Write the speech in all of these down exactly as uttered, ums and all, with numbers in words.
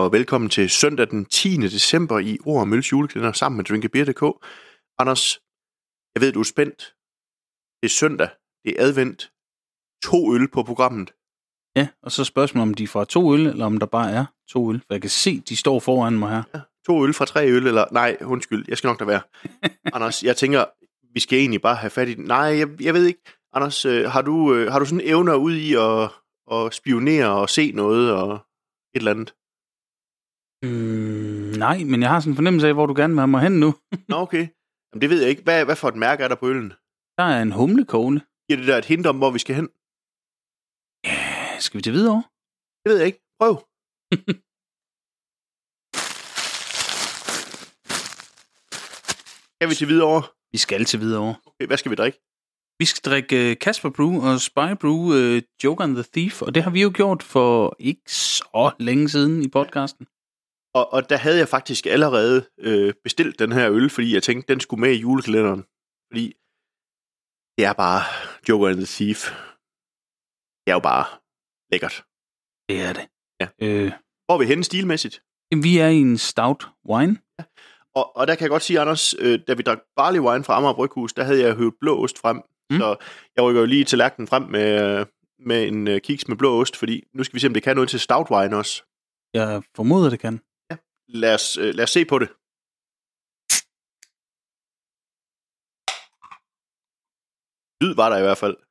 og velkommen til søndag den tiende december i Ord og Mølles julekalender sammen med drinkabeer punktum d k. Anders, jeg ved, du er spændt. Det er søndag, det er advent, to øl på programmet. Ja, og så spørgsmålet, om de får to øl, eller om der bare er to øl. For jeg kan se, de står foran mig her. Ja, to øl fra tre øl, eller nej, undskyld, jeg skal nok lade være. Anders, jeg tænker, vi skal egentlig bare have fat i den. Nej, jeg, jeg ved ikke. Anders, øh, har, du, øh, har du sådan evner ud i at, at spionere og se noget og et eller andet? Mm, nej, men jeg har sådan en fornemmelse af, hvor du gerne vil have mig hen nu. Nå, okay. Jamen, det ved jeg ikke. Hvad, hvad for et mærke er der på øllen? Der er en humlekogle. Giver det der et hint om, hvor vi skal hen? Ja, skal vi til videre? Det ved jeg ikke. Prøv. Skal vi til videre? Vi skal til videre. Okay, hvad skal vi drikke? Vi skal drikke uh, Casper Brew og Spy Brew uh, Joker and the Thief, og det har vi jo gjort for ikke så længe siden i podcasten. Og, og der havde jeg faktisk allerede øh, bestilt den her øl, fordi jeg tænkte, den skulle med i julekalenderen. Fordi det er bare Joker and the Thief. Det er jo bare lækkert. Det er det. Ja. Øh, Hvor er vi henne stilmæssigt? vi er i en stout wine. Ja. Og, og der kan jeg godt sige, Anders, øh, da vi drak barley wine fra Amager Bryghus, der havde jeg høvet blå ost frem. Mm. Så jeg rykker jo lige tallerkenen frem med, med en uh, kiks med blå ost, fordi nu skal vi se, om det kan noget til stout wine også. Jeg formoder, det kan. Ja. Lad os, øh, lad os se på det. Lyd var der i hvert fald.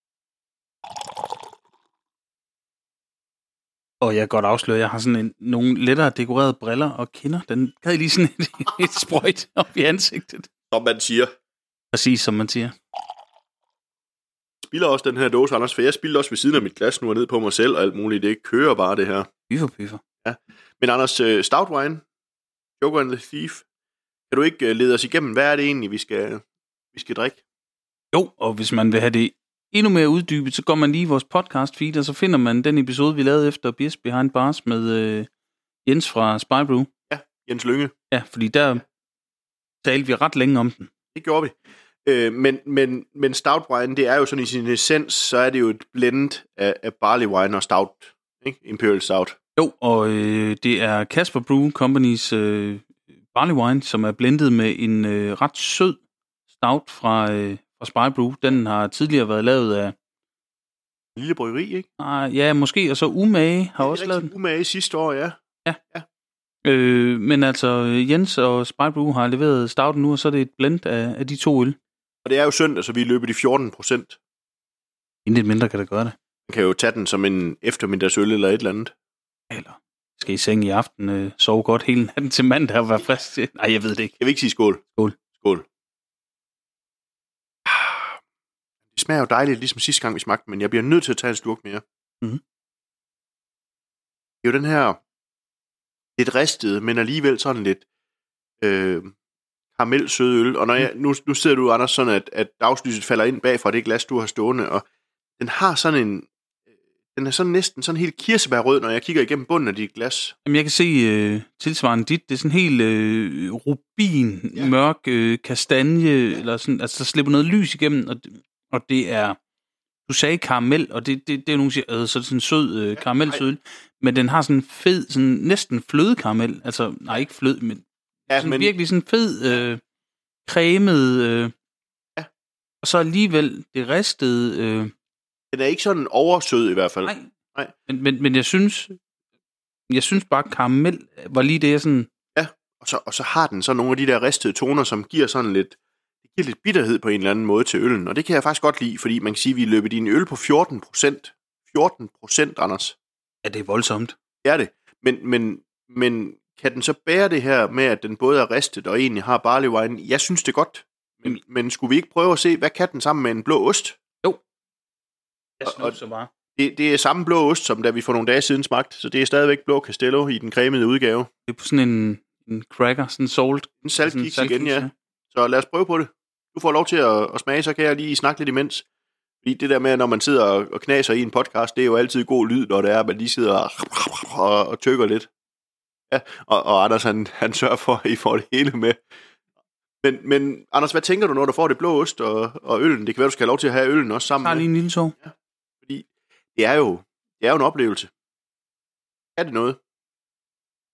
Og jeg kan godt afsløre, at jeg har sådan en, nogle lettere dekorerede briller og kinder. Den gav lige sådan et, et sprøjt op i ansigtet. Som man siger. Præcis som man siger. Jeg spilder også den her dåse, Anders, for jeg spilder også ved siden af mit glas nu og ned på mig selv og alt muligt. Det kører bare det her. Pyffer, pyffer. Ja. Men Anders, uh, stout wine, Joker and the Thief, kan du ikke uh, lede os igennem, hvad er det egentlig, vi skal, vi skal drikke? Jo, og hvis man vil have det endnu mere uddybet, så går man lige i vores podcast feed, og så finder man den episode, vi lavede efter Beers Behind Bars med øh, Jens fra Spy Brew. Ja, Jens Lynge. Ja, fordi der talte vi ret længe om den. Det gjorde vi. Øh, men, men, men stout wine, det er jo sådan i sin essens, så er det jo et blend af, af barley wine og stout, ikke? Imperial stout. Jo, og øh, det er Casper Brew Company's øh, barley wine, som er blendet med en øh, ret sød stout fra, øh, fra Spy Brew. Den har tidligere været lavet af... En lille bryggeri, ikke? Ah, ja, måske, og så Umage har det også lavet den. Umage sidste år, ja. Ja. ja. Øh, men altså, Jens og Spy Brew har leveret stouten nu, og så er det et blend af, af de to øl. Og det er jo søndag, så vi løber de fjorten procent. Intet mindre kan det gøre det. Man kan jo tage den som en eftermiddagsøl eller et eller andet. Eller skal i seng i aften, øh, sove godt hele natten til mandag og være frisk til. Nej, jeg ved det ikke. Jeg vil ikke sige skål. Skål. Skål. Det smager jo dejligt, ligesom sidste gang vi smagte, men jeg bliver nødt til at tage en slurk mere. Mm-hmm. Det er jo den her lidt ristede, men alligevel sådan lidt øh, karamelsøde øl. Og når jeg, nu, nu sidder du, Anders, sådan at, at dagslyset falder ind bag fra det glas, du har stående, og den har sådan en, den er sådan næsten sådan helt kirsebærrød, når jeg kigger igennem bunden af dit glas. Jamen, jeg kan se øh, tilsvarende dit, det er sådan helt øh, rubin, ja. mørk øh, kastanje, ja. eller sådan, altså der slipper noget lys igennem, og, og det er, du sagde karamel, og det, det, det er nogen, der siger, øh, så er det sådan en sød øh, karamelsød, men den har sådan en fed, sådan næsten flødekaramel, altså, nej, ikke flød, men, ja, sådan men... virkelig sådan fed, øh, cremet, øh, ja. og så alligevel det ristede, øh, den er ikke sådan oversød i hvert fald. Nej, Nej. Men, men, men jeg synes, jeg synes bare, karamel var lige det, jeg sådan... Ja, og så, og så har den så nogle af de der ristede toner, som giver sådan lidt, det giver lidt bitterhed på en eller anden måde til øllen, og det kan jeg faktisk godt lide, fordi man kan sige, at vi løber din øl på fjorten procent. fjorten procent, Anders. Ja, det er voldsomt. Det er det. Men, men, men kan den så bære det her med, at den både er ristet og egentlig har barley wine? Jeg synes det godt. Men, mm. men skulle vi ikke prøve at se, hvad kan den sammen med en blå ost? Jeg synes så bare. Det, det er samme blå ost, som da vi for nogle dage siden smagte, så det er stadigvæk blå Castello i den cremede udgave. Det er på sådan en, en cracker, sådan en salt. En saltkiks igen, ja. Så lad os prøve på det. Du får lov til at, at smage, så kan jeg lige snakke lidt imens. Fordi det der med, når man sidder og, og knaser i en podcast, det er jo altid god lyd, når det er, at man lige sidder og, og, og tykker lidt. Ja, og, og Anders, han, han sørger for, at I får det hele med. Men, men Anders, hvad tænker du, når du får det blå ost og, og øllen? Det kan være, du skal have lov til at have øllen også sammen. Tag lige en lille tog. Ja, fordi det er jo, det er jo en oplevelse. Er det noget?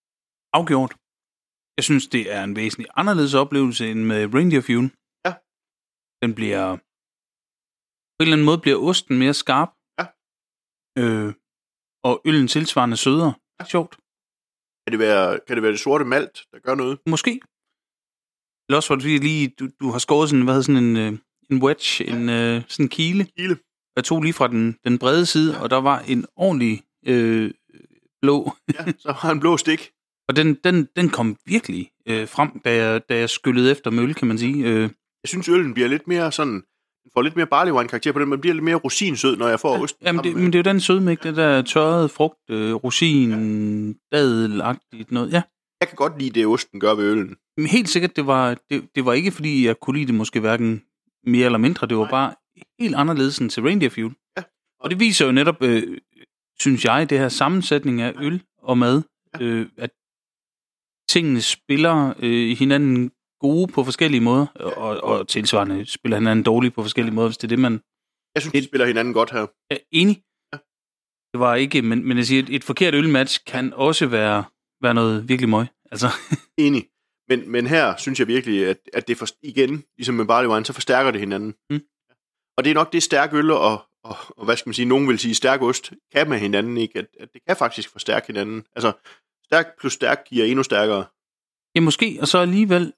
Afgjort. Jeg synes, det er en væsentlig anderledes oplevelse end med Reindeer Fuel. Ja. Den bliver... På en eller anden måde bliver osten mere skarp. Ja. Øh, og øllen tilsvarende sødere. Ja. Sjovt. Kan det, være, kan det være det sorte malt, der gør noget? Måske. Eller også var det lige, du, du har skåret sådan, hvad hedder sådan en, øh, en wedge, ja. en øh, sådan en kile. Kile. Jeg tog lige fra den, den brede side, ja. og der var en ordentlig øh, blå. Ja, så har en blå stik. Og den, den, den kom virkelig øh, frem, da jeg, da jeg skyllede efter møl, kan man sige. Øh. Jeg synes, øllen bliver lidt mere sådan... Den får lidt mere barley wine karakter på den, men bliver lidt mere rosinsød, når jeg får ja, ost. Jamen, det, men det er jo den sødme, ikke? Det der tørrede frugt, øh, rosin, ja. dadelagtigt noget. Ja. Jeg kan godt lide det, osten gør ved øllen. Men helt sikkert, det var, det, det var ikke, fordi jeg kunne lide det måske hverken mere eller mindre. Det var Nej. bare helt anderledes end til Reindeer Fuel. Ja. Og det viser jo netop, øh, synes jeg, det her sammensætning af øl og mad, ja. øh, at tingene spiller øh, hinanden gode på forskellige måder, og, og tilsvarende spiller hinanden dårlige på forskellige måder, hvis det er det, man... Jeg synes, de spiller hinanden godt her. Er enig. Ja. Det var ikke, men, men jeg siger, et, et forkert ølmatch kan også være, være noget virkelig møg. Altså. Enig. Men, men her synes jeg virkelig, at, at det for, igen, ligesom med barley wine, så forstærker det hinanden. Mm. Og det er nok det stærke øl og, og, og, hvad skal man sige, nogen vil sige stærk ost, kan med hinanden, ikke? At, at det kan faktisk forstærke hinanden. Altså, stærk plus stærk giver endnu stærkere. Ja, måske, og så alligevel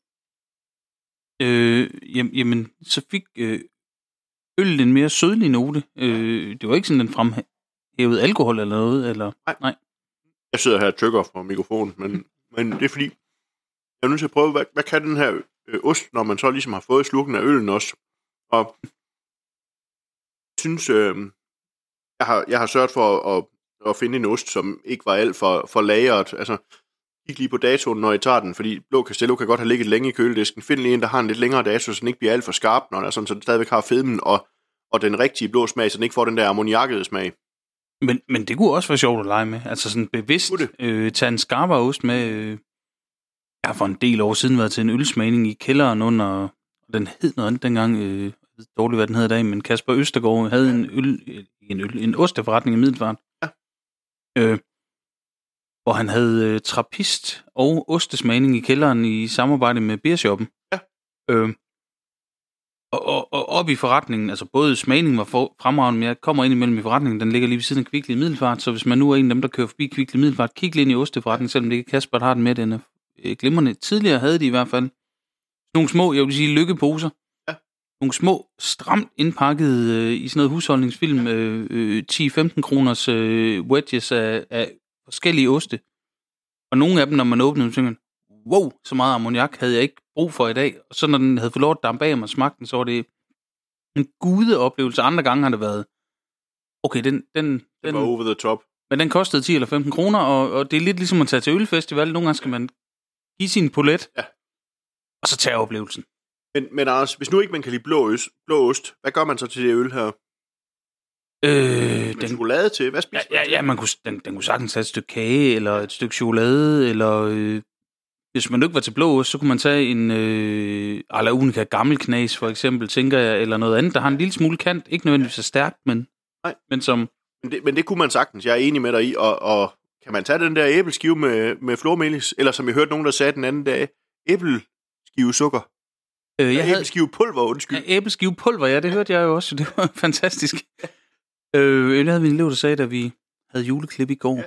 Øh, jamen, jamen, så fik øh, øl en mere sødlig note. Øh, det var ikke sådan, den fremhævede alkohol eller noget, eller... Nej. Nej. Jeg sidder her og tykker fra mikrofonen, men, men det er fordi, jeg er nødt til at prøve, hvad, hvad kan den her øh, ost, når man så ligesom har fået slukken af øllen også. Og jeg synes, øh, jeg, har, jeg har sørget for at, at finde en ost, som ikke var alt for, for lagret. Altså, kig lige på datoen, når I tager den, fordi Blå Castello kan godt have ligget længe i køledisken. Find lige en, der har en lidt længere dato, så den ikke bliver alt for skarp, når den er sådan, så den stadigvæk har fedmen og, og den rigtige blå smag, så den ikke får den der ammoniakkede smag. Men, men det kunne også være sjovt at lege med. Altså sådan bevidst øh, tage en skarpere ost med. Øh, jeg har for en del år siden været til en ølsmagning i kælderen under, og den hed noget andet dengang, øh, jeg ved dårligt, hvad den hedder i dag, men Kasper Østergaard havde en øl, en øl, en osteforretning i Middelfart. Ja. Øh, hvor han havde øh, trappist og ostesmagning i kælderen i samarbejde med Beershoppen. Ja. Øh, og, og, og op i forretningen, altså både smagningen var for, fremragende, men jeg kommer ind imellem i forretningen, den ligger lige ved siden af Kvickly i Middelfart, så hvis man nu er en af dem, der kører forbi Kvickly i Middelfart, kig lige ind i osteforretningen, selvom det ikke Kasper, der har den med, den er øh, glimrende. Tidligere havde de i hvert fald nogle små, jeg vil sige, lykkeposer. Ja. Nogle små, stramt indpakkede øh, i sådan noget husholdningsfilm, øh, øh, ti til femten kroners øh, wedges af, af forskellige oste. Og nogle af dem, når man åbnede dem, tænkte man, wow, så meget ammoniak havde jeg ikke brug for i dag. Og så når den havde fået lov at dampe af mig og smagte den, så var det en gudeoplevelse. Andre gange har det været, okay, den... den, den det var over the top. Men den kostede ti eller femten kroner, og, og det er lidt ligesom at tage til ølfestival. Nogle gange skal man give sin polet, ja. Og så tage oplevelsen. Men, men Anders, hvis nu ikke man kan lide blå ost, blå ost, hvad gør man så til det øl her? Øh, den chokolade til? Hvad spiser ja, man til? Ja, man kunne, den, den kunne sagtens tage et stykke kage, eller et stykke chokolade, eller øh, hvis man ikke var til blå ost, så kunne man tage en øh, a la unica gammelknas, for eksempel, tænker jeg, eller noget andet, der har en lille smule kant. Ikke nødvendigvis så stærkt, men, Nej. men som... Men det, men det kunne man sagtens, jeg er enig med dig i, og, og kan man tage den der æbleskive med, med flormelis, eller som jeg hørte nogen, der sagde den anden dag, æbleskive sukker? Øh, jeg æbleskive pulver, undskyld. Ja, æbleskive pulver, ja, det hørte jeg jo også, det var fantastisk. Øh, det havde vi en elev, der sagde, da vi havde juleklip i går.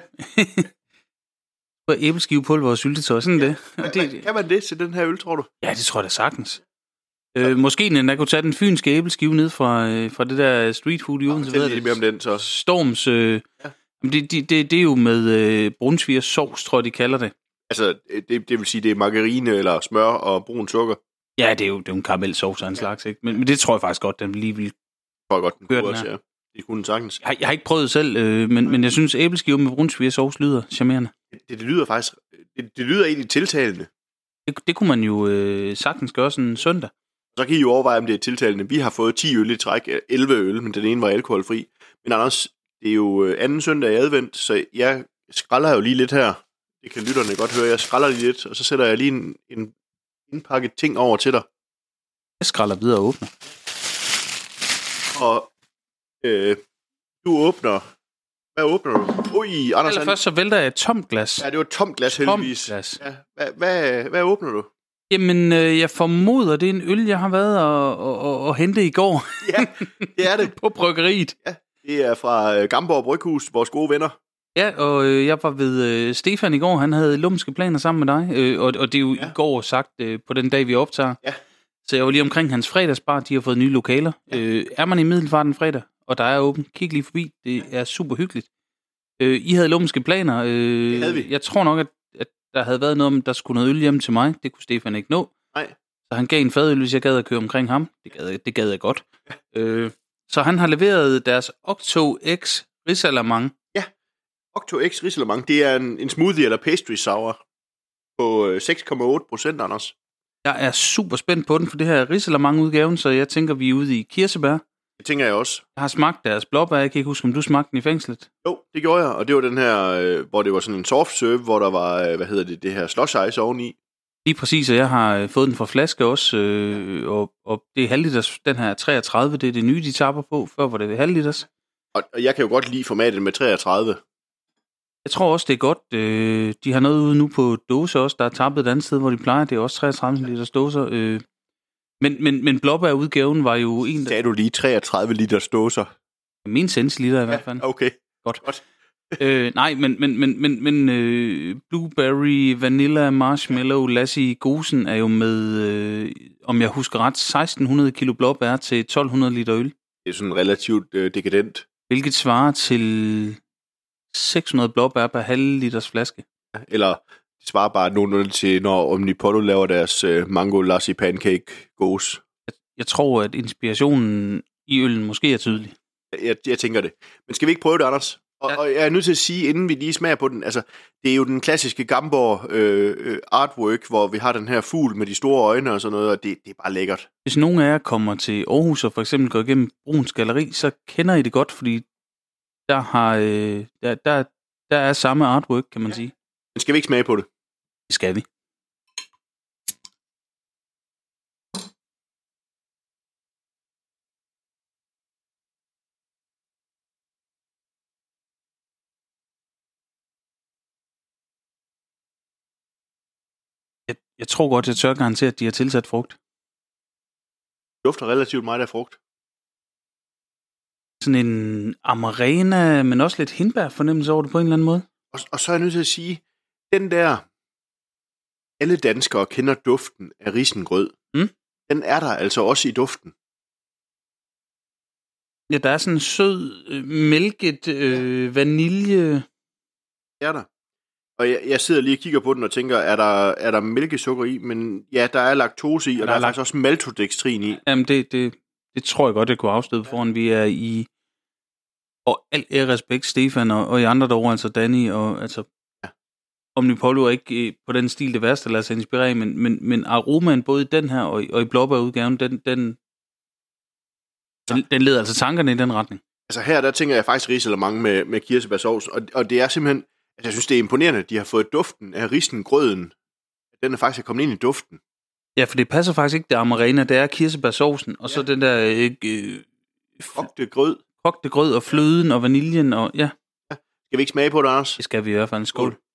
Ja. Æbleskivepulver og syltetøj, sådan ja. det. det. Kan man det til den her øl, tror du? Ja, det tror jeg da sagtens. Ja. Øh, måske den der kunne tage den fynske æbleskive ned fra, øh, fra det der street food i Odense. Ja, lidt mere om den, så. Storms, øh, ja. det, det, det, det er jo med øh, brunsvigers sovs, tror jeg, de kalder det. Altså, det, det vil sige, det er margarine eller smør og brun sukker? Ja, det er jo, det er jo en karamelsovs af en slags, ikke? Men, men det tror jeg faktisk godt, den lige vil. Jeg tror godt, den kunne også, ja. Det kunne den sagtens. Jeg, jeg har ikke prøvet selv, øh, men, men jeg synes, æbleskiver med brunsviger sovs lyder charmerende. Det, det lyder faktisk, det, det lyder egentlig tiltalende. Det, det kunne man jo øh, sagtens gøre sådan en søndag. Så kan I jo overveje, om det er tiltalende. Vi har fået ti øl i træk, elleve øl, men den ene var alkoholfri. Men Anders, det er jo anden søndag i advent, så jeg skræller jo lige lidt her. Det kan lytterne godt høre. Jeg skræller lige lidt, og så sætter jeg lige en, en indpakket ting over til dig. Jeg skræller videre og åbner. Og øh, du åbner Hvad åbner du? Ui, Anders. Allerførst så vælter jeg et tomt glas. Ja, det var et tomt glas, Tomt heldigvis. glas. Ja. Hvad, hvad, hvad åbner du? Jamen, øh, jeg formoder, det er en øl, jeg har været og, og, og, og hente i går. Ja, det er det. På bryggeriet. Ja, det er fra øh, Gamborg Bryghus, vores gode venner. Ja, og øh, jeg var ved øh, Stefan i går. Han havde lumske planer sammen med dig. Øh, og, og det er jo ja. i går sagt øh, på den dag, vi optager. Ja. Så jeg var lige omkring hans fredagsbar. De har fået nye lokaler. Ja. Øh, er man i Middelfart en fredag, og der er åben, kig lige forbi. Det er super hyggeligt. Øh, I havde lumske planer. Øh, det havde vi. Jeg tror nok, at, at der havde været noget om, der skulle noget øl hjem til mig. Det kunne Stefan ikke nå. Nej. Så han gav en fadøl, hvis jeg gad at køre omkring ham. Det gad, det gad jeg godt. Ja. Øh, så han har leveret deres Octo X Risalamande. Ja, Octo X Risalamande. Det er en, en smoothie eller pastry sour på seks komma otte procent, Anders. Jeg er super spændt på den, for det her er Risalamande-udgaven, så jeg tænker, vi er ude i kirsebær. Det tænker jeg også. Jeg har smagt deres blåbær. Jeg kan ikke huske, om du smagte den i fængslet. Jo, det gjorde jeg, og det var den her, øh, hvor det var sådan en soft serve, hvor der var, øh, hvad hedder det, det her slush ice oveni. Lige præcis, og jeg har øh, fået den fra flaske også, øh, og, og det er halvliters, den her treogtredive, det er det nye, de tapper på. Før var det halvliters. Og, og jeg kan jo godt lide formatet med treogtredive. Jeg tror også, det er godt. Øh, de har noget ude nu på dåse også, der er tappet et andet sted, hvor de plejer. Det er også treogtredive liters dåser. Øh, men men, men blåbærudgaven var jo en... Der... Sagde du lige treogtredive liters dåser? Min centiliter i hvert fald. Ja, okay. Godt. godt. øh, nej, men, men, men, men, men øh, Blueberry, Vanilla, Marshmallow, Lassie, Gosen er jo med, øh, om jeg husker ret, seksten hundrede kilo blåbær til tolv hundrede liter øl. Det er sådan relativt øh, dekadent. Hvilket svarer til seks hundrede blåbær per halv liters flaske. Eller det svarer bare nogenlunde til, når Omnipollo laver deres øh, mango lassi pancake gås. Jeg, jeg tror, at inspirationen i øllen måske er tydelig. Jeg, jeg tænker det. Men skal vi ikke prøve det, Anders? Og, ja. og jeg er nødt til at sige, inden vi lige smager på den, altså, det er jo den klassiske Gamborg øh, artwork, hvor vi har den her fugl med de store øjne og sådan noget, og det, det er bare lækkert. Hvis nogen af jer kommer til Aarhus og for eksempel går igennem Bruns Galleri, så kender I det godt, fordi der, har, øh, der, der, der er samme artwork, kan man ja. sige. Men skal vi ikke smage på det? Det skal vi. Jeg, jeg tror godt, jeg tør garantere, at de har tilsat frugt. Det dufter relativt meget af frugt. Sådan en amarena, men også lidt hindbær fornemmelse over det på en eller anden måde. Og, og så er jeg nødt til at sige, den der, alle danskere kender duften af risengrød. Mm. Den er der altså også i duften. Ja, der er sådan en sød, øh, mælket øh, vanilje. Det er der. Og jeg, jeg sidder lige og kigger på den og tænker, er der, er der mælkesukker i? Men ja, der er laktose i, og der, der er, er faktisk også maltodextrin i. Jamen, det, det, det tror jeg godt, jeg kunne afstøde ja. foran. Vi er i, og alt er respekt, Stefan, og, og I andre derovre, altså Danny, og altså, ja. Omnipollo er ikke på den stil det værste at lade sig inspirere, men, men, men aromaen både i den her og, og i blåbærudgaven, den, den, den, den leder altså tankerne i den retning. Altså her, der tænker jeg faktisk Risalamande med, med kirsebærsovs, og, og det er simpelthen, altså jeg synes, det er imponerende, at de har fået duften af risengrøden. Den er faktisk kommet ind i duften. Ja, for det passer faktisk ikke, det amarena, det er kirsebærsovsen, og ja. så den der øh, kogte grød. Kogte grød og fløden og vaniljen, og ja. ja. Skal vi ikke smage på det, Anders? Det skal vi i hvert fald. Skål. Skål.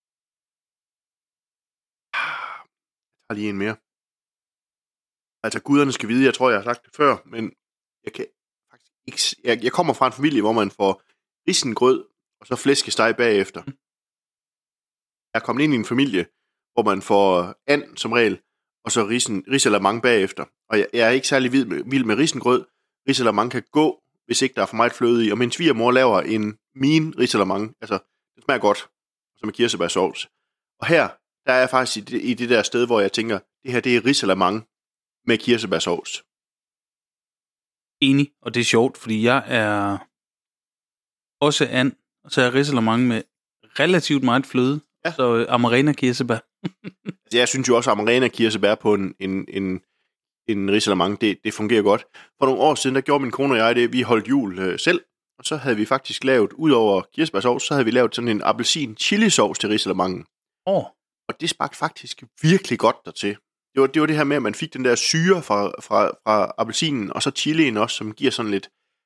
Jeg tager lige en mere. Altså, guderne skal vide, jeg tror, jeg har sagt det før, men jeg kan faktisk ikke... Jeg, jeg kommer fra en familie, hvor man får risengrød, og så flæskesteg bagefter. Mm. Jeg er kommet ind i en familie, hvor man får and som regel, og så risen, Risalamande bagefter. Og jeg, jeg er ikke særlig vild med, vild med risengrød. Risalamande kan gå, hvis ikke der er for meget fløde i. Og min svigermor laver en min Risalamande. Altså, det smager godt, som med kirsebærsovs. Og her, der er jeg faktisk i det, i det der sted, hvor jeg tænker, det her, det er Risalamande med kirsebærsovs. Enig, og det er sjovt, fordi jeg er også and, og så er Risalamande med relativt meget fløde. Ja. Så amarena kirsebær. Altså, jeg synes jo også, at amarena kirsebær på en, en, en, en Risalamande, det, det fungerer godt. For nogle år siden, der gjorde min kone og jeg det, vi holdt jul øh, selv, og så havde vi faktisk lavet, ud over kirsebærsovs, så havde vi lavet sådan en appelsin chilisovs til Risalamande. Åh. Oh. Og det smagte faktisk virkelig godt dertil. Det var, det var det her med, at man fik den der syre fra, fra, fra appelsinen, og så chilien også, som giver sådan lidt,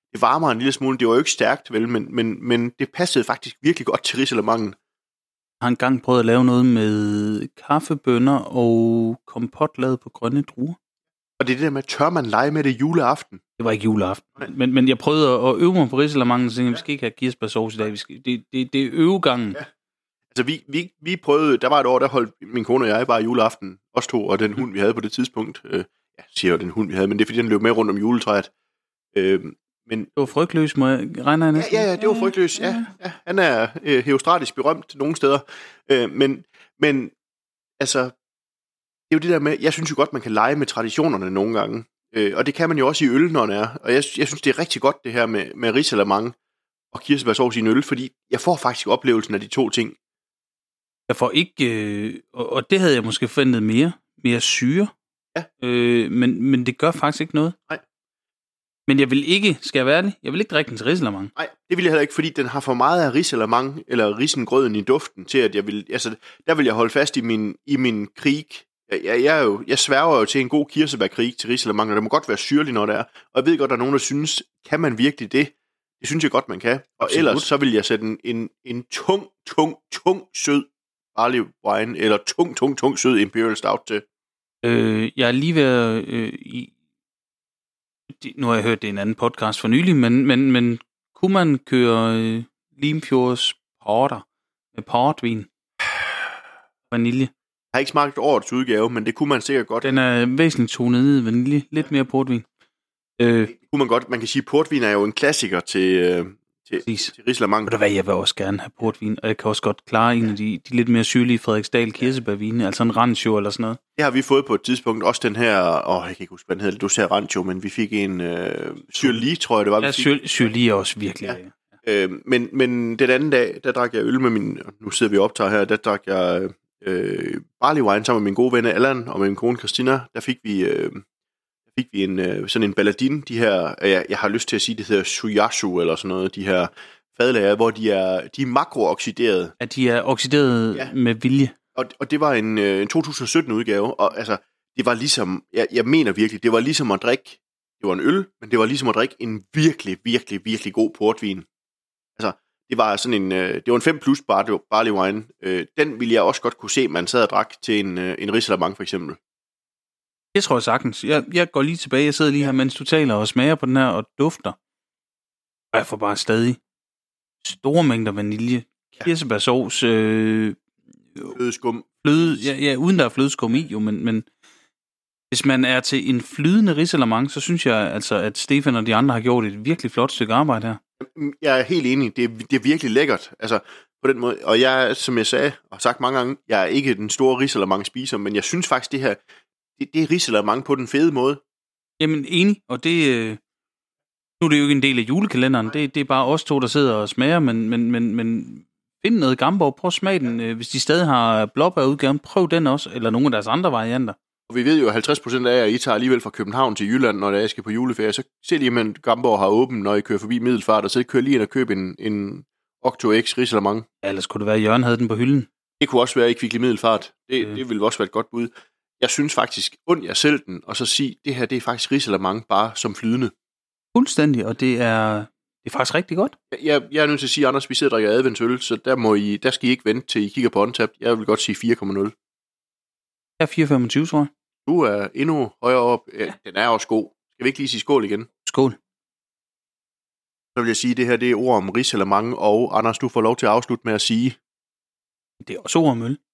det varmer en lille smule. Det var jo ikke stærkt, vel, men, men, men det passede faktisk virkelig godt til risalamangen. Jeg har engang prøvet at lave noget med kaffebønner og kompot lavet på grønne druer. Og det er det der med, tør man lege med det juleaften? Det var ikke juleaften, men, men jeg prøvede at øve mig på risalamangen, og tænkte, vi skal ikke have kirsebærsauce i dag. Vi skal, det, det, det er øvegangen. Ja. Altså, vi, vi, vi prøvede, der var et år, der holdt min kone og jeg bare juleaften, os to, og den hund, vi havde på det tidspunkt. Øh, ja, siger jo den hund, vi havde, men det er, fordi den løb med rundt om juletræet. Øh, men, det var frygtløs, må jeg regne af næsten? Ja, ja, det var frygtløs, ja. ja han er øh, herostratisk berømt nogle steder. Øh, men, men, altså, det er jo det der med, jeg synes jo godt, man kan lege med traditionerne nogle gange. Øh, og det kan man jo også i øl, når det er. Og jeg, jeg synes, det er rigtig godt, det her med, med risalamande og kirsebærsauce i en øl, fordi jeg får faktisk oplevelsen af de to ting. Jeg får ikke, øh, og, og det havde jeg måske forventet mere, mere syre, ja. øh, men, men det gør faktisk ikke noget. Nej. Men jeg vil ikke, skal jeg være ærlig, jeg vil ikke drikke den til risalamande. Nej, det vil jeg heller ikke, fordi den har for meget af risalamande, eller risengrøden i duften, til at jeg vil, altså, der vil jeg holde fast i min, i min krig. Jeg, jeg, jeg, er jo, jeg sværger jo til en god kirsebærkrig til risalamande, og det må godt være syrlig, når det er. Og jeg ved godt, der er nogen, der synes, kan man virkelig det? Det synes jeg godt, man kan. Og absolut. Ellers så vil jeg sætte en, en, en tung, tung, tung, sød barley wine, eller tung, tung, tung, sød imperial stout til. Øh, jeg er lige ved øh, i... Nu har jeg hørt det i en anden podcast for nylig, men, men, men kunne man køre øh, Limfjords porter med portvin? Vanilje. Jeg har ikke smagt årets udgave, men det kunne man sikkert godt. Den er væsentligt tonet ned i vanilje. Lidt mere portvin. Øh, det kunne man godt. Man kan sige, at portvin er jo en klassiker til, øh, til, til risalamande. Ved du hvad, jeg vil også gerne have portvin, og jeg kan også godt klare en af de, de lidt mere syrlige Frederiksdal kirsebærvine, altså en rancho eller sådan noget. Det har vi fået på et tidspunkt. Også den her, åh, jeg kan ikke huske, hvad den hedder. Du sagde rancho, men vi fik en øh, syrlig, tror jeg det var. Ja, syr, syrlig er også virkelig. Ja. Ja. Øh, men, men den anden dag, der drak jeg øl med min, nu sidder vi og optager her, der drak jeg øh, barley wine sammen med min gode ven Allan og med min kone Christina. Der fik vi... Øh, fik vi en, øh, sådan en balladin, de her, jeg, jeg har lyst til at sige, det hedder Suyasu eller sådan noget, de her fadlager, hvor de er, de er makrooxiderede. At de er oxideret ja. Med vilje. Og, og det var en, øh, en to tusind sytten udgave, og altså, det var ligesom, jeg, jeg mener virkelig, det var ligesom at drikke, det var en øl, men det var ligesom at drikke en virkelig, virkelig, virkelig god portvin. Altså, det var sådan en, øh, det var en fem plus barley wine. Øh, den ville jeg også godt kunne se, man sad og drak til en, øh, en risalamande for eksempel. Det tror jeg sagtens. Jeg, jeg går lige tilbage. Jeg sidder lige her, mens du taler og smager på den her og dufter. Og jeg får bare stadig store mængder vanilje, kirsebærsauce, øh, flødeskum. Fløde, ja, ja, uden der er flødeskum i jo, men, men hvis man er til en flydende risalamande, så synes jeg altså, at Stefan og de andre har gjort et virkelig flot stykke arbejde her. Jeg er helt enig. Det er, det er virkelig lækkert. Altså, på den måde. Og jeg, som jeg sagde, og har sagt mange gange, jeg er ikke den store risalamande spiser, men jeg synes faktisk, det her Det, det er risalamande på den fede måde. Jamen, enig. Og det... Øh, nu er det jo ikke en del af julekalenderen. Det, det er bare os to, der sidder og smager. Men, men, men, men find noget Gamborg. Prøv at smage den. Øh, hvis de stadig har blåbærudgaven, prøv den også. Eller nogle af deres andre varianter. Og vi ved jo, at halvtreds procent af jer, I tager alligevel fra København til Jylland, når der skal på juleferie. Så se lige, at Gamborg har åben, når I kører forbi Middelfart. Og så kører lige ind og købe en, en Octo X risalamande. Ja, ellers kunne det være, at Jørgen havde den på hylden. Det kunne også være, at I fik lige Middelfart. Det, øh. det ville også være et godt bud. Jeg synes faktisk, und jeg selv den, og så sige, det her, det er faktisk risalamande bare som flydende. Fuldstændig, og det er, det er faktisk rigtig godt. Jeg, jeg er nødt til at sige, Anders, vi sidder og drikker adventsøl, så der, må I, der skal I ikke vente, til I kigger på Untappd. Jeg vil godt sige fire komma nul. Jeg er fire komma femogtyve, tror jeg. Du er endnu højere op. Ja, den er også god. Skal vi ikke lige sige skål igen? Skål. Så vil jeg sige, det her, det er ord om risalamande, og Anders, du får lov til at afslutte med at sige... Det er også ord om øl.